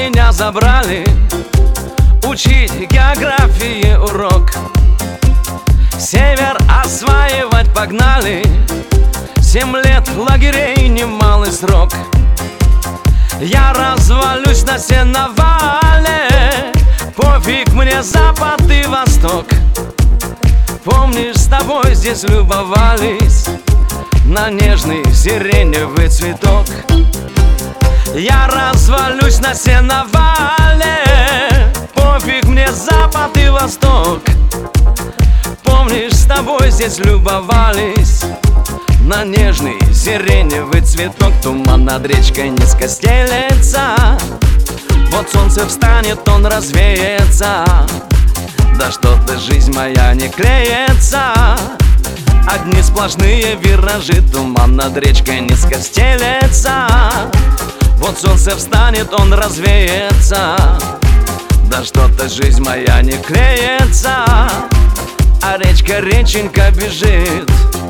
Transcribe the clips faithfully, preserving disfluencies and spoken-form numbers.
меня забрали учить географии урок. Север осваивать погнали, семь лет лагерей, немалый срок. Я развалюсь на сеновале, пофиг мне запад и восток. Помнишь, с тобой здесь любовались на нежный сиреневый цветок. Я развалюсь на сеновале, пофиг мне запад и восток. Помнишь, с тобой здесь любовались на нежный сиреневый цветок. Туман над речкой низко стелется, вот солнце встанет, он развеется. Да что-то жизнь моя не клеится, одни сплошные виражи. Туман над речкой низко стелется, вот солнце встанет, он развеется. Да что-то жизнь моя не клеится, а речка, реченька бежит.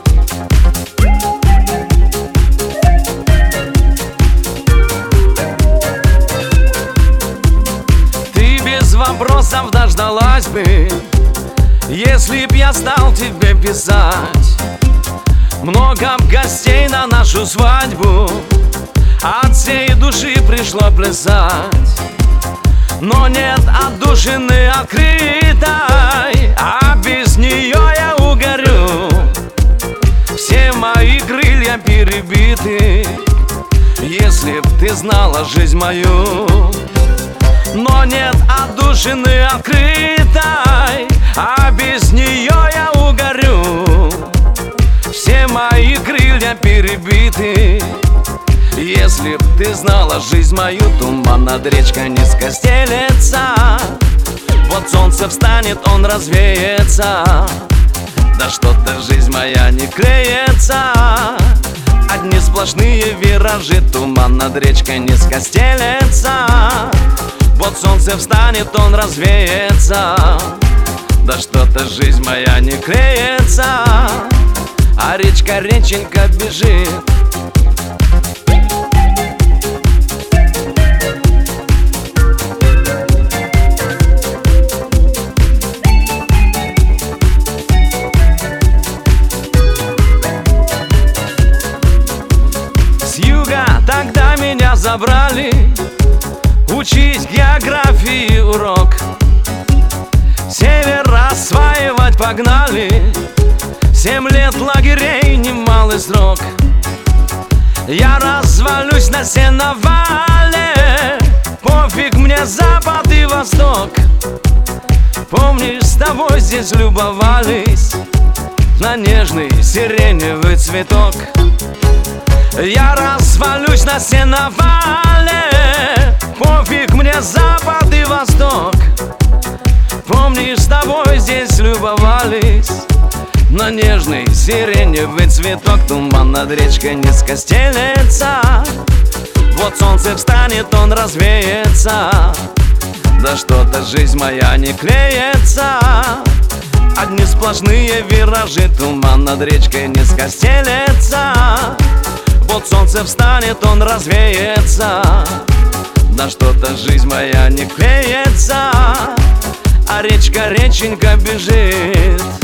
Ты без вопросов дождалась бы, если б я стал тебе писать. Много б гостей на нашу свадьбу, от всей души пришло плясать. Но нет отдушины открытой, а без нее я угорю. Все мои крылья перебиты, если б ты знала жизнь мою. Но нет отдушины открытой, а без нее я угорю. Все мои крылья перебиты, если б ты знала жизнь мою. Туман над речкой низко стелется, вот солнце встанет, он развеется. Да что-то жизнь моя не клеится, одни сплошные виражи. Туман над речкой низко стелется, вот солнце встанет, он развеется. Да что-то жизнь моя не клеится, а речка, реченька бежит. Тогда меня забрали учить географии урок. Север осваивать погнали, семь лет лагерей, немалый срок. Я развалюсь на сеновале, пофиг мне запад и восток. Помнишь, с тобой здесь любовались на нежный сиреневый цветок. Я развалюсь на сеновале, пофиг мне запад и восток. Помнишь, с тобой здесь любовались на нежный сиреневый цветок. Туман над речкой низко стелется, вот солнце встанет, он развеется. Да что-то жизнь моя не клеится, одни сплошные виражи. Туман над речкой низко стелется, вот солнце встанет, он развеется. Да что-то жизнь моя не клеится, а речка, реченька бежит.